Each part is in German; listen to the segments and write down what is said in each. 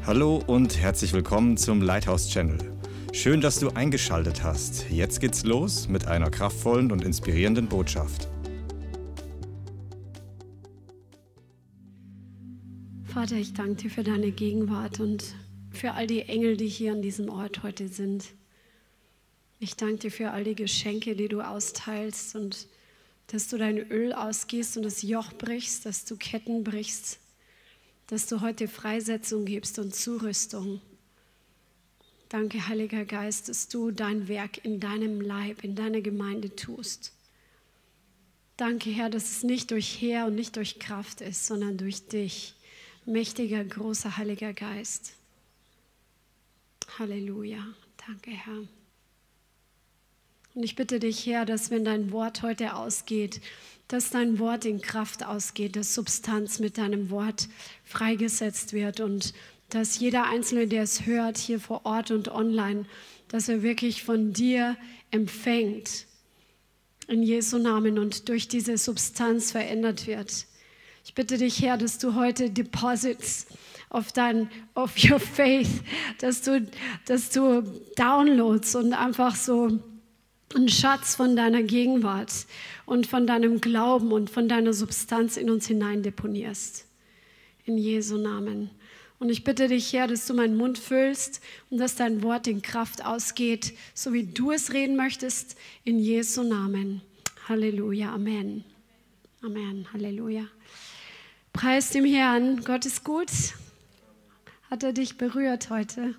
Hallo und herzlich willkommen zum Lighthouse Channel. Schön, dass du eingeschaltet hast. Jetzt geht's los mit einer kraftvollen und inspirierenden Botschaft. Vater, ich danke dir für deine Gegenwart und für all die Engel, die hier an diesem Ort heute sind. Ich danke dir für all die Geschenke, die du austeilst und dass du dein Öl ausgießt und das Joch brichst, dass du Ketten brichst, dass du heute Freisetzung gibst und Zurüstung. Danke, Heiliger Geist, dass du dein Werk in deinem Leib, in deiner Gemeinde tust. Danke, Herr, dass es nicht durch Heer und nicht durch Kraft ist, sondern durch dich, mächtiger, großer Heiliger Geist. Halleluja. Danke, Herr. Und ich bitte dich, Herr, dass wenn dein Wort heute ausgeht, dass dein Wort in Kraft ausgeht, dass Substanz mit deinem Wort freigesetzt wird und dass jeder Einzelne, der es hört, hier vor Ort und online, dass er wirklich von dir empfängt, in Jesu Namen und durch diese Substanz verändert wird. Ich bitte dich, Herr, dass du heute Deposits of your faith, dass du Downloads und einfach so einen Schatz von deiner Gegenwart und von deinem Glauben und von deiner Substanz in uns hinein deponierst. In Jesu Namen. Und ich bitte dich, Herr, dass du meinen Mund füllst und dass dein Wort in Kraft ausgeht, so wie du es reden möchtest, in Jesu Namen. Halleluja, Amen. Amen, Halleluja. Preis dem Herrn, Gott ist gut. Hat er dich berührt heute?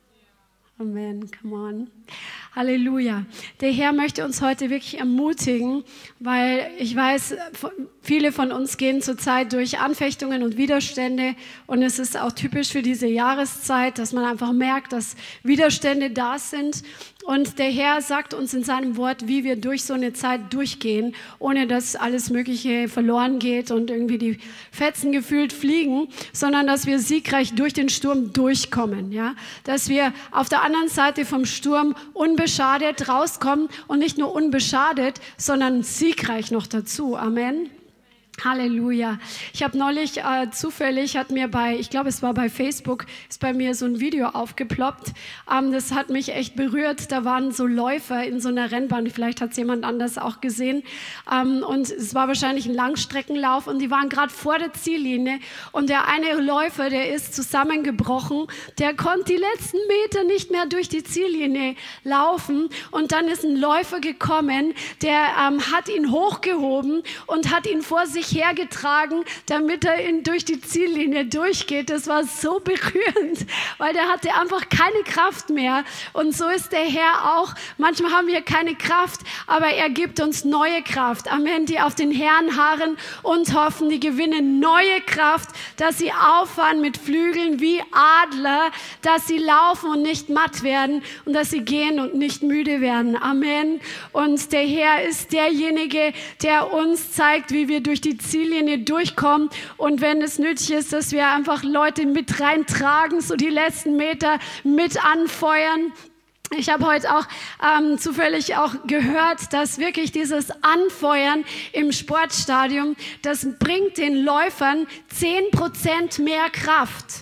Amen, come on. Halleluja. Der Herr möchte uns heute wirklich ermutigen, weil ich weiß, viele von uns gehen zurzeit durch Anfechtungen und Widerstände und es ist auch typisch für diese Jahreszeit, dass man einfach merkt, dass Widerstände da sind und der Herr sagt uns in seinem Wort, wie wir durch so eine Zeit durchgehen, ohne dass alles Mögliche verloren geht und irgendwie die Fetzen gefühlt fliegen, sondern dass wir siegreich durch den Sturm durchkommen, ja? Dass wir auf der anderen Seite vom Sturm unbeschadet rauskommen und nicht nur unbeschadet, sondern siegreich noch dazu. Amen. Halleluja. Ich habe neulich zufällig, ich glaube es war bei Facebook, ist bei mir so ein Video aufgeploppt. Das hat mich echt berührt. Da waren so Läufer in so einer Rennbahn, vielleicht hat es jemand anders auch gesehen. Und es war wahrscheinlich ein Langstreckenlauf und die waren gerade vor der Ziellinie. Und der eine Läufer, der ist zusammengebrochen, der konnte die letzten Meter nicht mehr durch die Ziellinie laufen. Und dann ist ein Läufer gekommen, der hat ihn hochgehoben und hat ihn vor sich hergetragen, damit er durch die Ziellinie durchgeht. Das war so berührend, weil der hatte einfach keine Kraft mehr. Und so ist der Herr auch. Manchmal haben wir keine Kraft, aber er gibt uns neue Kraft. Amen. Die auf den Herrn harren und hoffen, die gewinnen neue Kraft, dass sie auffahren mit Flügeln wie Adler, dass sie laufen und nicht matt werden und dass sie gehen und nicht müde werden. Amen. Und der Herr ist derjenige, der uns zeigt, wie wir durch die Ziellinie durchkommen und wenn es nötig ist, dass wir einfach Leute mit reintragen, so die letzten Meter mit anfeuern. Ich habe heute auch zufällig auch gehört, dass wirklich dieses Anfeuern im Sportstadion, das bringt den Läufern 10% mehr Kraft.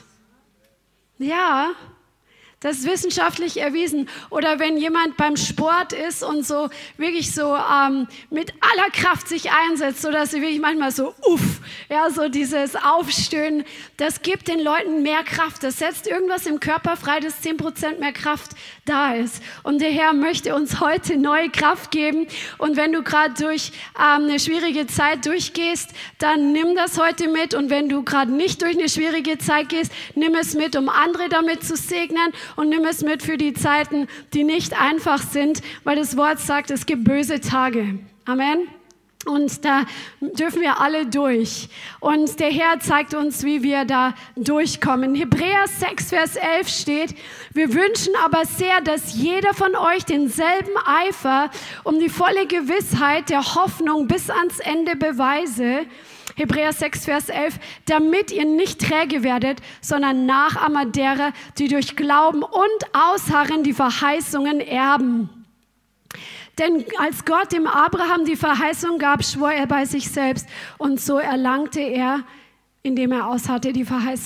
Ja, das ist wissenschaftlich erwiesen. Oder wenn jemand beim Sport ist und so wirklich so mit aller Kraft sich einsetzt, sodass sie wirklich manchmal so so dieses Aufstöhnen, das gibt den Leuten mehr Kraft. Das setzt irgendwas im Körper frei, dass 10% mehr Kraft da ist. Und der Herr möchte uns heute neue Kraft geben. Und wenn du gerade durch eine schwierige Zeit durchgehst, dann nimm das heute mit. Und wenn du gerade nicht durch eine schwierige Zeit gehst, nimm es mit, um andere damit zu segnen. Und nimm es mit für die Zeiten, die nicht einfach sind, weil das Wort sagt, es gibt böse Tage. Amen. Und da dürfen wir alle durch. Und der Herr zeigt uns, wie wir da durchkommen. In Hebräer 6, Vers 11 steht, wir wünschen aber sehr, dass jeder von euch denselben Eifer um die volle Gewissheit der Hoffnung bis ans Ende beweise. Hebräer 6, Vers 11, damit ihr nicht träge werdet, sondern Nachahmer derer, die durch Glauben und Ausharren die Verheißungen erben. Denn als Gott dem Abraham die Verheißung gab, schwor er bei sich selbst und so erlangte er indem er ausharrte die Verheißung.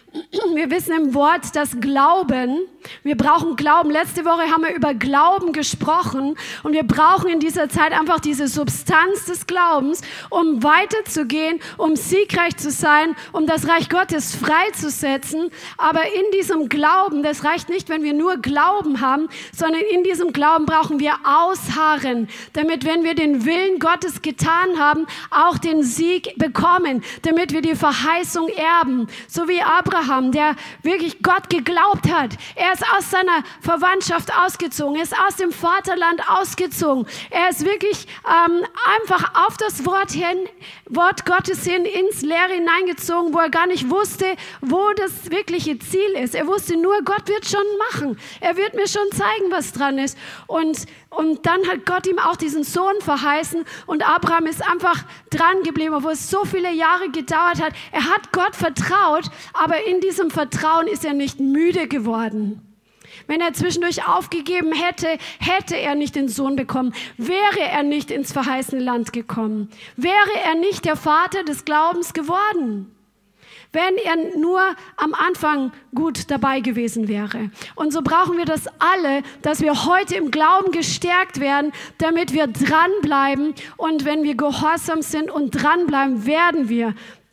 Wir wissen im Wort, dass Glauben, wir brauchen Glauben. Letzte Woche haben wir über Glauben gesprochen und wir brauchen in dieser Zeit einfach diese Substanz des Glaubens, um weiterzugehen, um siegreich zu sein, um das Reich Gottes freizusetzen. Aber in diesem Glauben, das reicht nicht, wenn wir nur Glauben haben, sondern in diesem Glauben brauchen wir Ausharren, damit, wenn wir den Willen Gottes getan haben, auch den Sieg bekommen, damit wir die Verheißung erben, so wie Abraham, der wirklich Gott geglaubt hat. Er ist aus seiner Verwandtschaft ausgezogen, er ist aus dem Vaterland ausgezogen. Er ist wirklich einfach auf das Wort Gottes hin ins Leere hineingezogen, wo er gar nicht wusste, wo das wirkliche Ziel ist. Er wusste nur, Gott wird schon machen. Er wird mir schon zeigen, was dran ist. Und dann hat Gott ihm auch diesen Sohn verheißen und Abraham ist einfach dran geblieben, obwohl es so viele Jahre gedauert hat. Er hat Gott vertraut, aber in diesem Vertrauen ist er nicht müde geworden. Wenn er zwischendurch aufgegeben hätte, hätte er nicht den Sohn bekommen, wäre er nicht ins verheißene Land gekommen, wäre er nicht der Vater des Glaubens geworden, wenn er nur am Anfang gut dabei gewesen wäre. Und so brauchen wir das alle, dass wir heute im Glauben gestärkt werden, damit wir dranbleiben. Und wenn wir gehorsam sind und dranbleiben, werden wir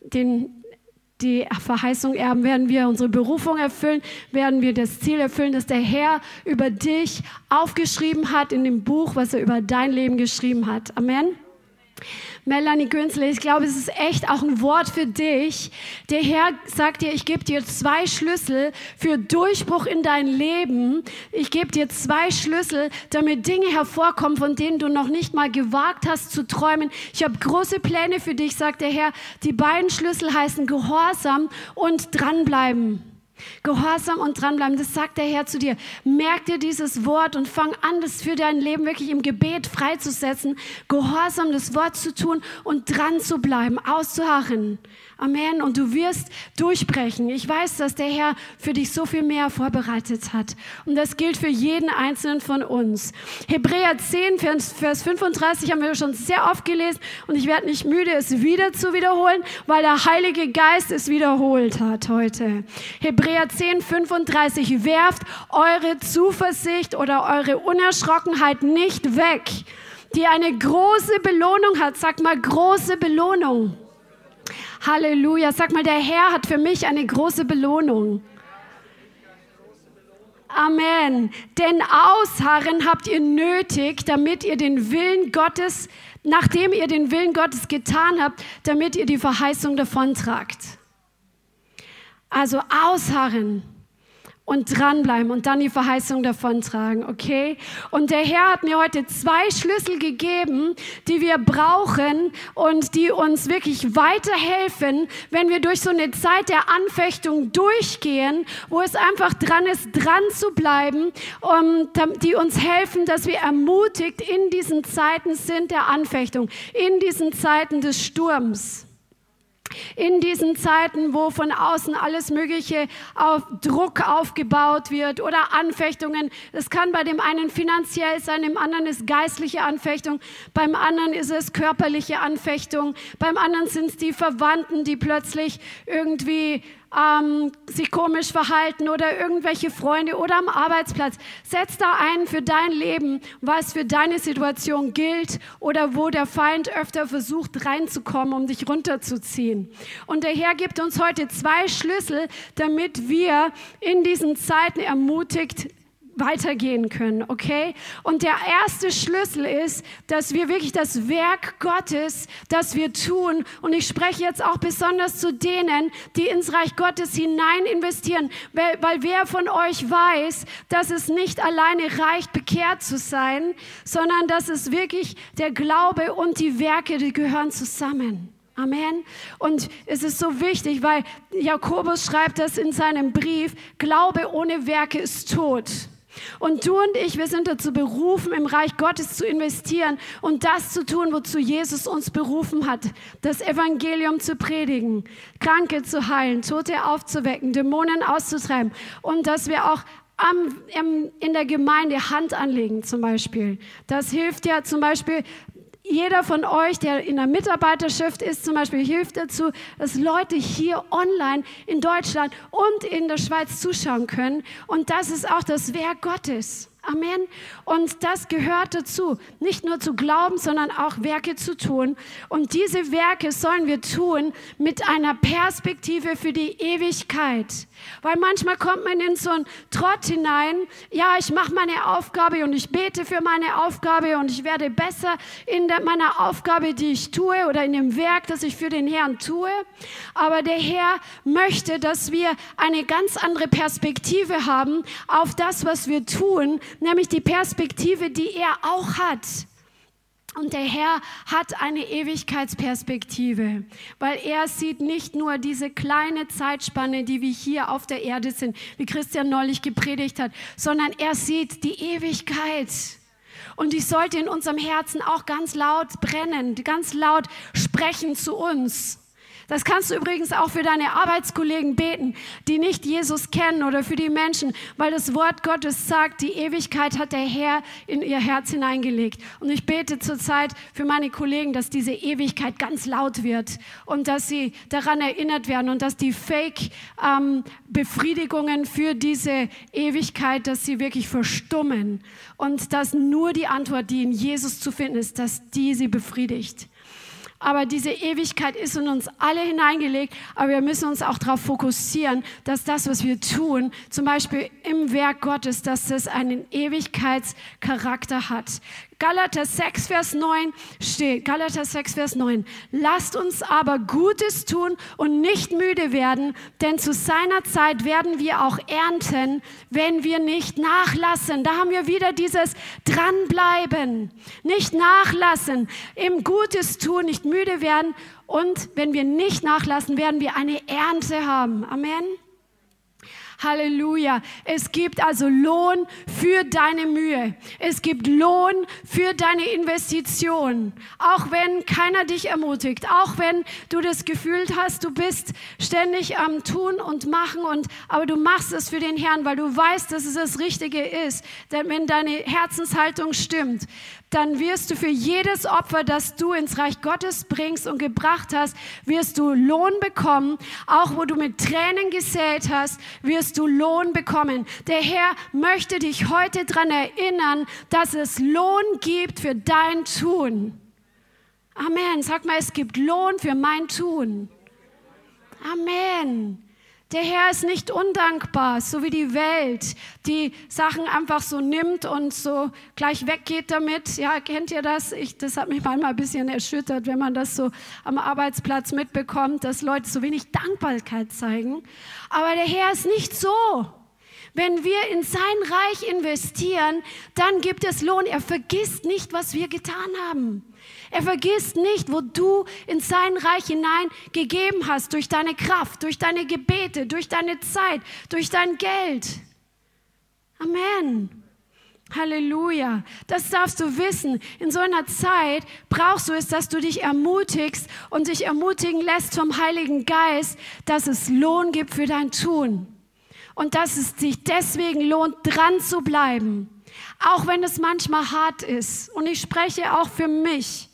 die Verheißung erben, werden wir unsere Berufung erfüllen, werden wir das Ziel erfüllen, das der Herr über dich aufgeschrieben hat in dem Buch, was er über dein Leben geschrieben hat. Amen. Melanie Günzle, ich glaube, es ist echt auch ein Wort für dich. Der Herr sagt dir, ich gebe dir 2 Schlüssel für Durchbruch in dein Leben. Ich gebe dir 2 Schlüssel, damit Dinge hervorkommen, von denen du noch nicht mal gewagt hast zu träumen. Ich habe große Pläne für dich, sagt der Herr. Die beiden Schlüssel heißen Gehorsam und dranbleiben. Gehorsam und dranbleiben, das sagt der Herr zu dir. Merk dir dieses Wort und fang an, das für dein Leben wirklich im Gebet freizusetzen. Gehorsam das Wort zu tun und dran zu bleiben, auszuharren. Amen. Und du wirst durchbrechen. Ich weiß, dass der Herr für dich so viel mehr vorbereitet hat. Und das gilt für jeden Einzelnen von uns. Hebräer 10, Vers 35 haben wir schon sehr oft gelesen. Und ich werde nicht müde, es wieder zu wiederholen, weil der Heilige Geist es wiederholt hat heute. Hebräer 10, 35. Werft eure Zuversicht oder eure Unerschrockenheit nicht weg, die eine große Belohnung hat. Sag mal, große Belohnung. Halleluja. Sag mal, der Herr hat für mich eine große Belohnung. Amen. Denn Ausharren habt ihr nötig, damit ihr den Willen Gottes, nachdem ihr den Willen Gottes getan habt, damit ihr die Verheißung davontragt. Also ausharren und dranbleiben und dann die Verheißung davontragen, okay? Und der Herr hat mir heute 2 Schlüssel gegeben, die wir brauchen und die uns wirklich weiterhelfen, wenn wir durch so eine Zeit der Anfechtung durchgehen, wo es einfach dran ist, dran zu bleiben, die uns helfen, dass wir ermutigt in diesen Zeiten sind der Anfechtung, in diesen Zeiten des Sturms. In diesen Zeiten, wo von außen alles Mögliche auf Druck aufgebaut wird oder Anfechtungen. Es kann bei dem einen finanziell sein, dem anderen ist geistliche Anfechtung, beim anderen ist es körperliche Anfechtung, beim anderen sind es die Verwandten, die plötzlich irgendwie sich komisch verhalten oder irgendwelche Freunde oder am Arbeitsplatz. Setz da ein für dein Leben, was für deine Situation gilt oder wo der Feind öfter versucht reinzukommen, um dich runterzuziehen. Und der Herr gibt uns heute 2 Schlüssel, damit wir in diesen Zeiten ermutigt weitergehen können, okay? Und der erste Schlüssel ist, dass wir wirklich das Werk Gottes, das wir tun, und ich spreche jetzt auch besonders zu denen, die ins Reich Gottes hinein investieren, weil wer von euch weiß, dass es nicht alleine reicht, bekehrt zu sein, sondern dass es wirklich der Glaube und die Werke, die gehören zusammen. Amen. Und es ist so wichtig, weil Jakobus schreibt das in seinem Brief, Glaube ohne Werke ist tot. Und du und ich, wir sind dazu berufen, im Reich Gottes zu investieren und das zu tun, wozu Jesus uns berufen hat. Das Evangelium zu predigen, Kranke zu heilen, Tote aufzuwecken, Dämonen auszutreiben. Und dass wir auch in der Gemeinde Hand anlegen zum Beispiel. Das hilft ja zum Beispiel jeder von euch, der in der Mitarbeiterschaft ist, zum Beispiel, hilft dazu, dass Leute hier online in Deutschland und in der Schweiz zuschauen können. Und das ist auch das Werk Gottes. Amen. Und das gehört dazu, nicht nur zu glauben, sondern auch Werke zu tun. Und diese Werke sollen wir tun mit einer Perspektive für die Ewigkeit. Weil manchmal kommt man in so einen Trott hinein, ja, ich mache meine Aufgabe und ich bete für meine Aufgabe und ich werde besser in meiner Aufgabe, die ich tue oder in dem Werk, das ich für den Herrn tue. Aber der Herr möchte, dass wir eine ganz andere Perspektive haben auf das, was wir tun, nämlich die Perspektive, die er auch hat. Und der Herr hat eine Ewigkeitsperspektive, weil er sieht nicht nur diese kleine Zeitspanne, die wir hier auf der Erde sind, wie Christian neulich gepredigt hat, sondern er sieht die Ewigkeit. Und die sollte in unserem Herzen auch ganz laut brennen, ganz laut sprechen zu uns. Das kannst du übrigens auch für deine Arbeitskollegen beten, die nicht Jesus kennen, oder für die Menschen, weil das Wort Gottes sagt, die Ewigkeit hat der Herr in ihr Herz hineingelegt. Und ich bete zurzeit für meine Kollegen, dass diese Ewigkeit ganz laut wird und dass sie daran erinnert werden und dass die Fake-Befriedigungen für diese Ewigkeit, dass sie wirklich verstummen und dass nur die Antwort, die in Jesus zu finden ist, dass die sie befriedigt. Aber diese Ewigkeit ist in uns alle hineingelegt, aber wir müssen uns auch darauf fokussieren, dass das, was wir tun, zum Beispiel im Werk Gottes, dass das einen Ewigkeitscharakter hat. Galater 6, Vers 9 steht, Galater 6, Vers 9, lasst uns aber Gutes tun und nicht müde werden, denn zu seiner Zeit werden wir auch ernten, wenn wir nicht nachlassen. Da haben wir wieder dieses Dranbleiben, nicht nachlassen, im Gutes tun, nicht müde werden, und wenn wir nicht nachlassen, werden wir eine Ernte haben. Amen. Halleluja. Es gibt also Lohn für deine Mühe. Es gibt Lohn für deine Investition. Auch wenn keiner dich ermutigt, auch wenn du das Gefühl hast, du bist ständig am Tun und Machen, aber du machst es für den Herrn, weil du weißt, dass es das Richtige ist. Denn wenn deine Herzenshaltung stimmt, dann wirst du für jedes Opfer, das du ins Reich Gottes bringst und gebracht hast, wirst du Lohn bekommen. Auch wo du mit Tränen gesät hast, wirst du Lohn bekommen. Der Herr möchte dich heute daran erinnern, dass es Lohn gibt für dein Tun. Amen. Sag mal, es gibt Lohn für mein Tun. Amen. Der Herr ist nicht undankbar, so wie die Welt, die Sachen einfach so nimmt und so gleich weggeht damit. Ja, kennt ihr das? Das hat mich manchmal ein bisschen erschüttert, wenn man das so am Arbeitsplatz mitbekommt, dass Leute so wenig Dankbarkeit zeigen. Aber der Herr ist nicht so. Wenn wir in sein Reich investieren, dann gibt es Lohn. Er vergisst nicht, was wir getan haben. Er vergisst nicht, wo du in sein Reich hineingegeben hast, durch deine Kraft, durch deine Gebete, durch deine Zeit, durch dein Geld. Amen. Halleluja. Das darfst du wissen. In so einer Zeit brauchst du es, dass du dich ermutigst und dich ermutigen lässt vom Heiligen Geist, dass es Lohn gibt für dein Tun. Und dass es sich deswegen lohnt, dran zu bleiben. Auch wenn es manchmal hart ist. Und ich spreche auch für mich.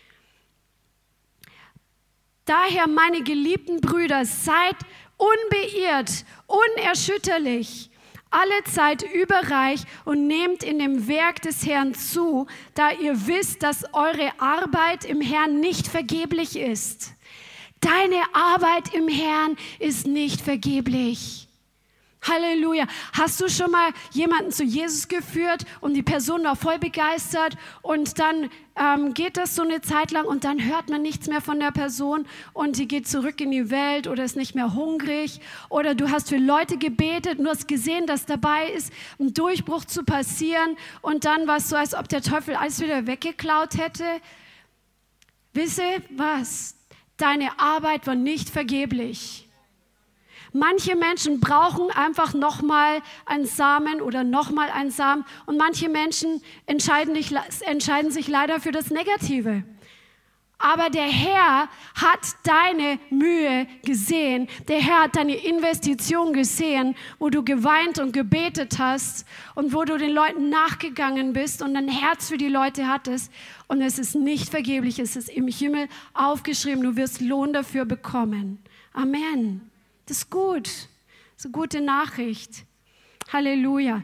Daher, meine geliebten Brüder, seid unbeirrt, unerschütterlich, alle Zeit überreich und nehmt in dem Werk des Herrn zu, da ihr wisst, dass eure Arbeit im Herrn nicht vergeblich ist. Deine Arbeit im Herrn ist nicht vergeblich. Halleluja. Hast du schon mal jemanden zu Jesus geführt und die Person war voll begeistert und dann geht das so eine Zeit lang und dann hört man nichts mehr von der Person und die geht zurück in die Welt oder ist nicht mehr hungrig, oder du hast für Leute gebetet und du hast gesehen, dass dabei ist, ein Durchbruch zu passieren, und dann war es so, als ob der Teufel alles wieder weggeklaut hätte. Wisse was? Deine Arbeit war nicht vergeblich. Manche Menschen brauchen einfach nochmal einen Samen oder nochmal einen Samen, und manche Menschen entscheiden sich leider für das Negative. Aber der Herr hat deine Mühe gesehen. Der Herr hat deine Investition gesehen, wo du geweint und gebetet hast und wo du den Leuten nachgegangen bist und ein Herz für die Leute hattest. Und es ist nicht vergeblich, es ist im Himmel aufgeschrieben. Du wirst Lohn dafür bekommen. Amen. Das ist gut. Das ist eine gute Nachricht. Halleluja.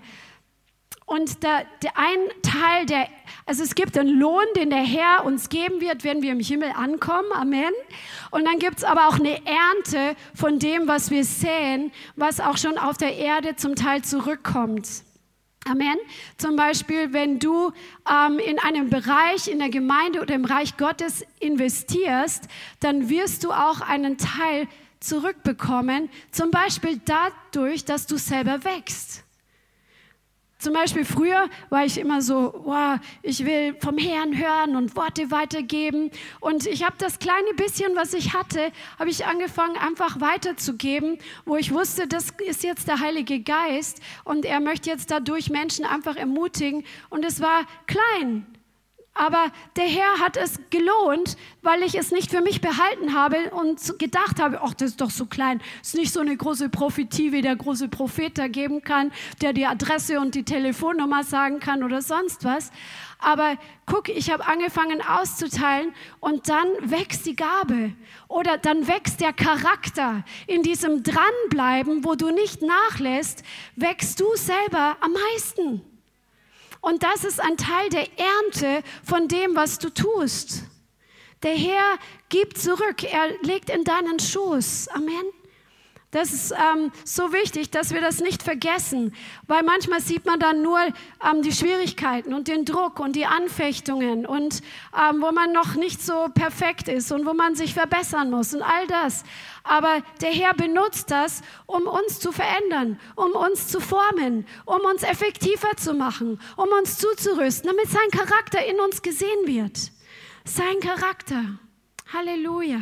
Und ein Teil, also es gibt einen Lohn, den der Herr uns geben wird, wenn wir im Himmel ankommen. Amen. Und dann gibt es aber auch eine Ernte von dem, was wir säen, was auch schon auf der Erde zum Teil zurückkommt. Amen. Zum Beispiel, wenn du in einem Bereich, in der Gemeinde oder im Reich Gottes investierst, dann wirst du auch einen Teil zurückbekommen. Zum Beispiel dadurch, dass du selber wächst. Zum Beispiel früher war ich immer so, wow, ich will vom Herrn hören und Worte weitergeben. Und ich habe das kleine bisschen, was ich hatte, habe ich angefangen einfach weiterzugeben, wo ich wusste, das ist jetzt der Heilige Geist und er möchte jetzt dadurch Menschen einfach ermutigen. Und es war klein. Aber der Herr hat es gelohnt, weil ich es nicht für mich behalten habe und gedacht habe, ach, das ist doch so klein. Das ist nicht so eine große Prophetie, wie der große Prophet da geben kann, der die Adresse und die Telefonnummer sagen kann oder sonst was. Aber guck, ich habe angefangen auszuteilen und dann wächst die Gabe oder dann wächst der Charakter. In diesem Dranbleiben, wo du nicht nachlässt, wächst du selber am meisten. Und das ist ein Teil der Ernte von dem, was du tust. Der Herr gibt zurück, er legt in deinen Schoß. Amen. Das ist so wichtig, dass wir das nicht vergessen, weil manchmal sieht man dann nur die Schwierigkeiten und den Druck und die Anfechtungen und wo man noch nicht so perfekt ist und wo man sich verbessern muss und all das. Aber der Herr benutzt das, um uns zu verändern, um uns zu formen, um uns effektiver zu machen, um uns zuzurüsten, damit sein Charakter in uns gesehen wird. Sein Charakter. Halleluja.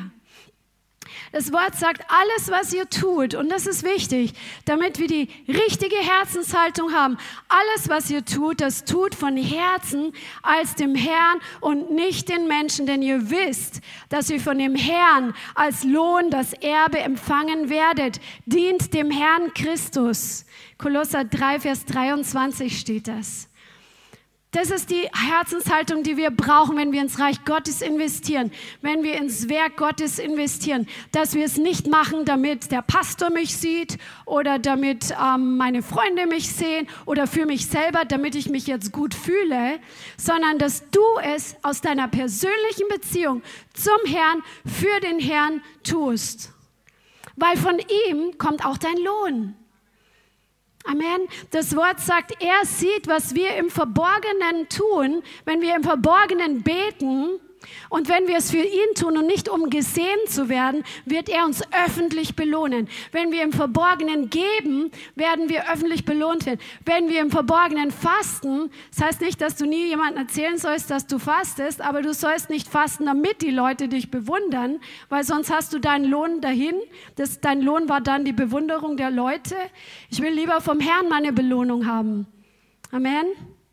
Das Wort sagt, alles, was ihr tut, und das ist wichtig, damit wir die richtige Herzenshaltung haben, alles, was ihr tut, das tut von Herzen als dem Herrn und nicht den Menschen, denn ihr wisst, dass ihr von dem Herrn als Lohn das Erbe empfangen werdet, dient dem Herrn Christus. Kolosser 3, Vers 23 steht das. Das ist die Herzenshaltung, die wir brauchen, wenn wir ins Reich Gottes investieren, wenn wir ins Werk Gottes investieren, dass wir es nicht machen, damit der Pastor mich sieht oder damit meine Freunde mich sehen oder für mich selber, damit ich mich jetzt gut fühle, sondern dass du es aus deiner persönlichen Beziehung zum Herrn, für den Herrn tust. Weil von ihm kommt auch dein Lohn. Amen. Das Wort sagt, er sieht, was wir im Verborgenen tun, wenn wir im Verborgenen beten und wenn wir es für ihn tun und nicht um gesehen zu werden, wird er uns öffentlich belohnen. Wenn wir im Verborgenen geben, werden wir öffentlich belohnt werden. Wenn wir im Verborgenen fasten, das heißt nicht, dass du nie jemandem erzählen sollst, dass du fastest, aber du sollst nicht fasten, damit die Leute dich bewundern, weil sonst hast du deinen Lohn dahin. Dein Lohn war dann die Bewunderung der Leute. Ich will lieber vom Herrn meine Belohnung haben. Amen.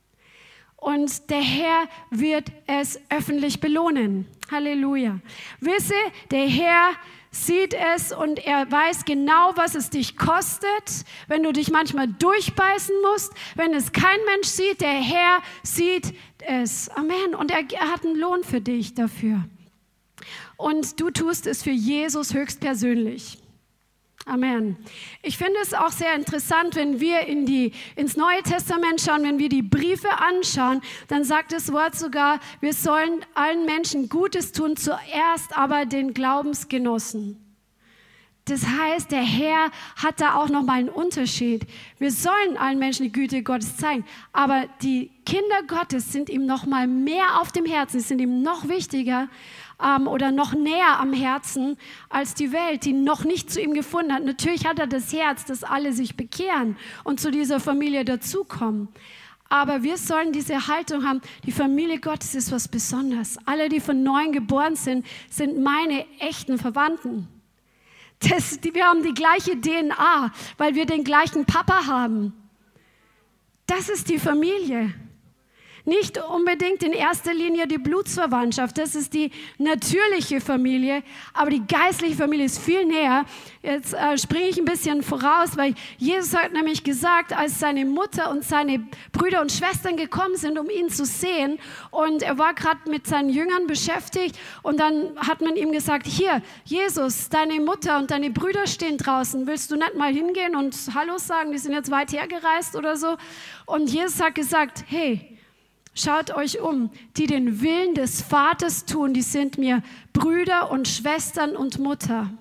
Und der Herr wird es öffentlich belohnen. Halleluja. Wisse, der Herr sieht es und er weiß genau, was es dich kostet, wenn du dich manchmal durchbeißen musst, wenn es kein Mensch sieht, der Herr sieht es. Amen. Und er hat einen Lohn für dich dafür. Und du tust es für Jesus höchstpersönlich. Amen. Ich finde es auch sehr interessant, wenn wir ins Neue Testament schauen, wenn wir die Briefe anschauen, dann sagt das Wort sogar, wir sollen allen Menschen Gutes tun, zuerst aber den Glaubensgenossen. Das heißt, der Herr hat da auch nochmal einen Unterschied. Wir sollen allen Menschen die Güte Gottes zeigen, aber die Kinder Gottes sind ihm nochmal mehr auf dem Herzen, sind ihm noch wichtiger oder noch näher am Herzen als die Welt, die noch nicht zu ihm gefunden hat. Natürlich hat er das Herz, dass alle sich bekehren und zu dieser Familie dazukommen. Aber wir sollen diese Haltung haben, die Familie Gottes ist was Besonderes. Alle, die von Neuem geboren sind, sind meine echten Verwandten. Wir haben die gleiche DNA, weil wir den gleichen Papa haben. Das ist die Familie. nicht unbedingt in erster Linie die Blutsverwandtschaft, das ist die natürliche Familie, aber die geistliche Familie ist viel näher. Jetzt springe ich ein bisschen voraus, weil Jesus hat nämlich gesagt, als seine Mutter und seine Brüder und Schwestern gekommen sind, um ihn zu sehen, und er war gerade mit seinen Jüngern beschäftigt, und dann hat man ihm gesagt, hier, Jesus, deine Mutter und deine Brüder stehen draußen, willst du nicht mal hingehen und Hallo sagen, die sind jetzt weit hergereist oder so? Und Jesus hat gesagt, hey, schaut euch um, die den Willen des Vaters tun, die sind mir Brüder und Schwestern und Mutter.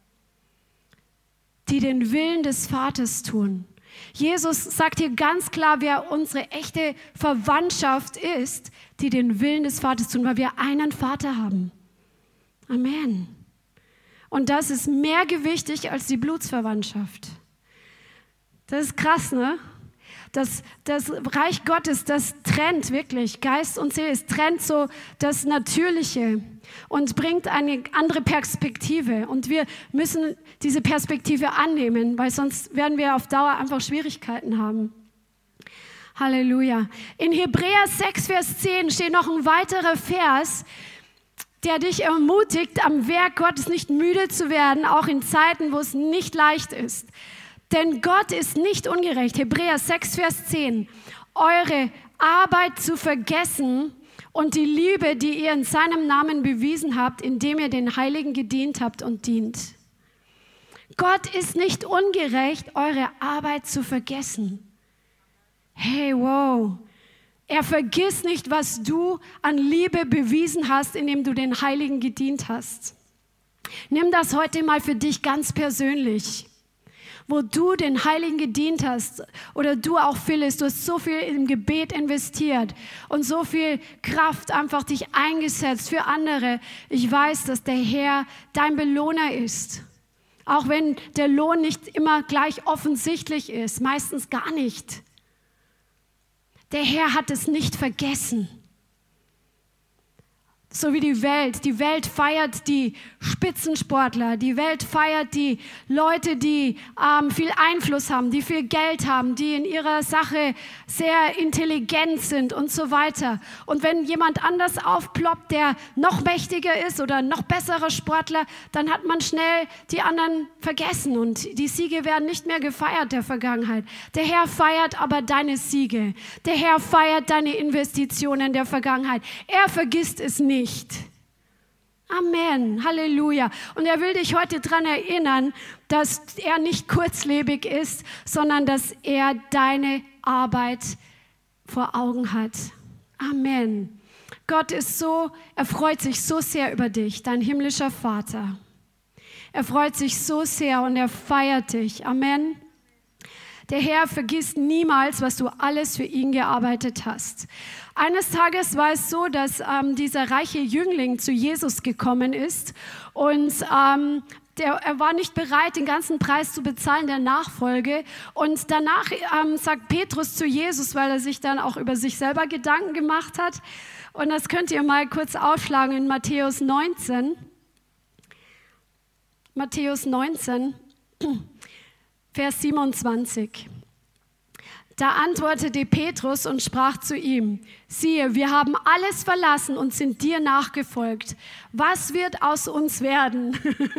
Die den Willen des Vaters tun. Jesus sagt hier ganz klar, wer unsere echte Verwandtschaft ist, die den Willen des Vaters tun, weil wir einen Vater haben. Amen. Und das ist mehr gewichtig als die Blutsverwandtschaft. Das ist krass, ne? Das Reich Gottes, das trennt wirklich, Geist und Seele, es trennt so das Natürliche und bringt eine andere Perspektive. Und wir müssen diese Perspektive annehmen, weil sonst werden wir auf Dauer einfach Schwierigkeiten haben. Halleluja. In Hebräer 6, Vers 10 steht noch ein weiterer Vers, der dich ermutigt, am Werk Gottes nicht müde zu werden, auch in Zeiten, wo es nicht leicht ist. Denn Gott ist nicht ungerecht. Hebräer 6, Vers 10. Eure Arbeit zu vergessen und die Liebe, die ihr in seinem Namen bewiesen habt, indem ihr den Heiligen gedient habt und dient. Gott ist nicht ungerecht, eure Arbeit zu vergessen. Hey, wow. Er vergisst nicht, was du an Liebe bewiesen hast, indem du den Heiligen gedient hast. Nimm das heute mal für dich ganz persönlich. Wo du den Heiligen gedient hast oder du auch, Phyllis, du hast so viel im Gebet investiert und so viel Kraft einfach dich eingesetzt für andere. Ich weiß, dass der Herr dein Belohner ist. Auch wenn der Lohn nicht immer gleich offensichtlich ist, meistens gar nicht. Der Herr hat es nicht vergessen. So wie die Welt feiert die Spitzensportler, die Welt feiert die Leute, die viel Einfluss haben, die viel Geld haben, die in ihrer Sache sehr intelligent sind und so weiter. Und wenn jemand anders aufploppt, der noch mächtiger ist oder noch besserer Sportler, dann hat man schnell die anderen vergessen und die Siege werden nicht mehr gefeiert der Vergangenheit. Der Herr feiert aber deine Siege. Der Herr feiert deine Investitionen der Vergangenheit. Er vergisst es nicht. Amen, Halleluja. Und er will dich heute daran erinnern, dass er nicht kurzlebig ist, sondern dass er deine Arbeit vor Augen hat. Amen. Gott ist so, er freut sich so sehr über dich, dein himmlischer Vater. Er freut sich so sehr und er feiert dich. Amen. Der Herr vergisst niemals, was du alles für ihn gearbeitet hast. Eines Tages war es so, dass dieser reiche Jüngling zu Jesus gekommen ist und er war nicht bereit, den ganzen Preis zu bezahlen der Nachfolge. Und danach sagt Petrus zu Jesus, weil er sich dann auch über sich selber Gedanken gemacht hat. Und das könnt ihr mal kurz aufschlagen in Matthäus 19. Matthäus 19, Vers 27. Da antwortete Petrus und sprach zu ihm, siehe, wir haben alles verlassen und sind dir nachgefolgt. Was wird aus uns werden?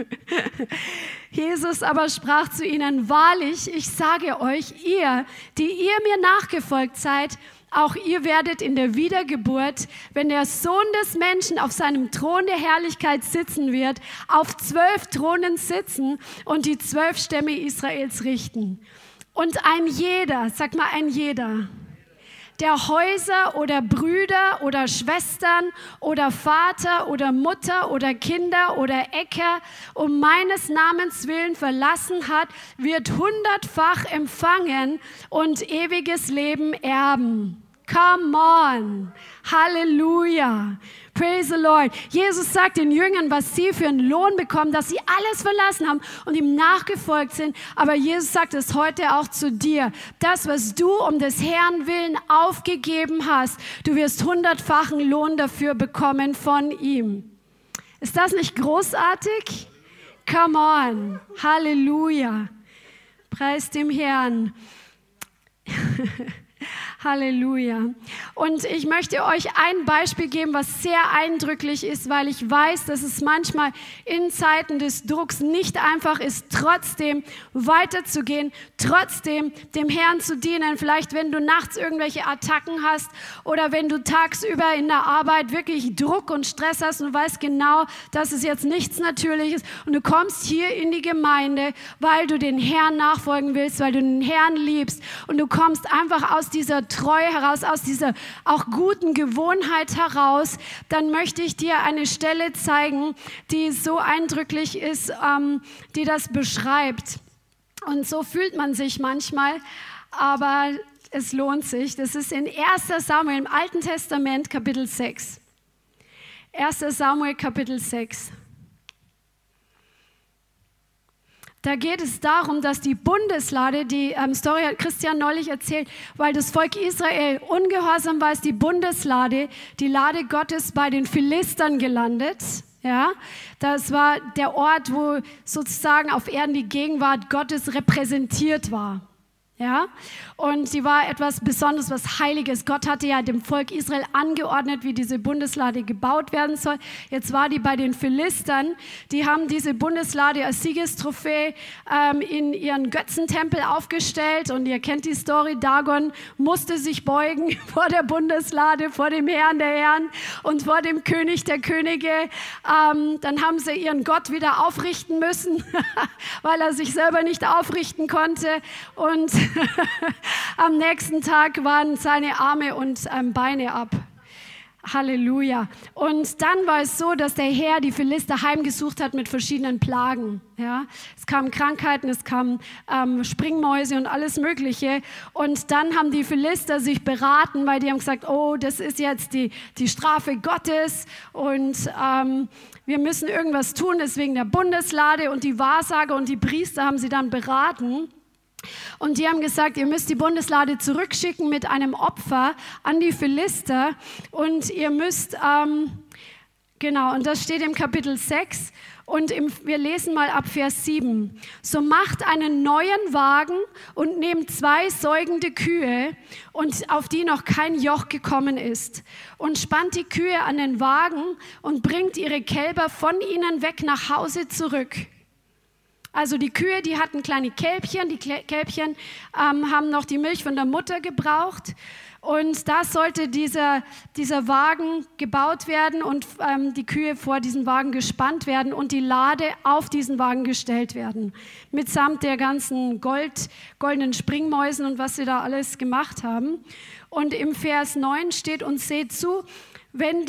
Jesus aber sprach zu ihnen, wahrlich, ich sage euch, ihr, die ihr mir nachgefolgt seid, auch ihr werdet in der Wiedergeburt, wenn der Sohn des Menschen auf seinem Thron der Herrlichkeit sitzen wird, auf 12 Thronen sitzen und die 12 Stämme Israels richten. Und ein jeder, sag mal ein jeder, der Häuser oder Brüder oder Schwestern oder Vater oder Mutter oder Kinder oder Äcker um meines Namens willen verlassen hat, wird 100-fach empfangen und ewiges Leben erben. Come on. Halleluja. Praise the Lord. Jesus sagt den Jüngern, was sie für einen Lohn bekommen, dass sie alles verlassen haben und ihm nachgefolgt sind. Aber Jesus sagt es heute auch zu dir. Das, was du um des Herrn willen aufgegeben hast, du wirst 100-fachen Lohn dafür bekommen von ihm. Ist das nicht großartig? Come on. Halleluja. Preis dem Herrn. Halleluja. Und ich möchte euch ein Beispiel geben, was sehr eindrücklich ist, weil ich weiß, dass es manchmal in Zeiten des Drucks nicht einfach ist, trotzdem weiterzugehen, trotzdem dem Herrn zu dienen. Vielleicht, wenn du nachts irgendwelche Attacken hast oder wenn du tagsüber in der Arbeit wirklich Druck und Stress hast und weißt genau, dass es jetzt nichts Natürliches und du kommst hier in die Gemeinde, weil du den Herrn nachfolgen willst, weil du den Herrn liebst und du kommst einfach aus dieser Treue heraus, aus dieser auch guten Gewohnheit heraus, dann möchte ich dir eine Stelle zeigen, die so eindrücklich ist, die das beschreibt. Und so fühlt man sich manchmal, aber es lohnt sich. Das ist in 1. Samuel im Alten Testament, Kapitel 6. 1. Samuel, Kapitel 6. Da geht es darum, dass die Bundeslade, die Story hat Christian neulich erzählt, weil das Volk Israel ungehorsam war, ist die Bundeslade, die Lade Gottes bei den Philistern gelandet. Ja, das war der Ort, wo sozusagen auf Erden die Gegenwart Gottes repräsentiert war. Ja, und sie war etwas Besonderes, was Heiliges. Gott hatte ja dem Volk Israel angeordnet, wie diese Bundeslade gebaut werden soll. Jetzt war die bei den Philistern. Die haben diese Bundeslade als Siegestrophäe in ihren Götzentempel aufgestellt. Und ihr kennt die Story, Dagon musste sich beugen vor der Bundeslade, vor dem Herrn der Herren und vor dem König der Könige. Dann haben sie ihren Gott wieder aufrichten müssen, weil er sich selber nicht aufrichten konnte. Und am nächsten Tag waren seine Arme und Beine ab. Halleluja. Und dann war es so, dass der Herr die Philister heimgesucht hat mit verschiedenen Plagen. Ja? Es kamen Krankheiten, es kamen Springmäuse und alles Mögliche. Und dann haben die Philister sich beraten, weil die haben gesagt, oh, das ist jetzt die Strafe Gottes und wir müssen irgendwas tun, deswegen der Bundeslade und die Wahrsager und die Priester haben sie dann beraten. Und die haben gesagt, ihr müsst die Bundeslade zurückschicken mit einem Opfer an die Philister und ihr müsst, genau, und das steht im Kapitel 6 und wir lesen mal ab Vers 7. So macht einen neuen Wagen und nehmt 2 säugende Kühe, und auf die noch kein Joch gekommen ist, und spannt die Kühe an den Wagen und bringt ihre Kälber von ihnen weg nach Hause zurück. Also die Kühe, die hatten kleine Kälbchen, die Kälbchen haben noch die Milch von der Mutter gebraucht und da sollte dieser Wagen gebaut werden und die Kühe vor diesen Wagen gespannt werden und die Lade auf diesen Wagen gestellt werden, mitsamt der ganzen goldenen Springmäusen und was sie da alles gemacht haben. Und im Vers 9 steht, und seht zu, wenn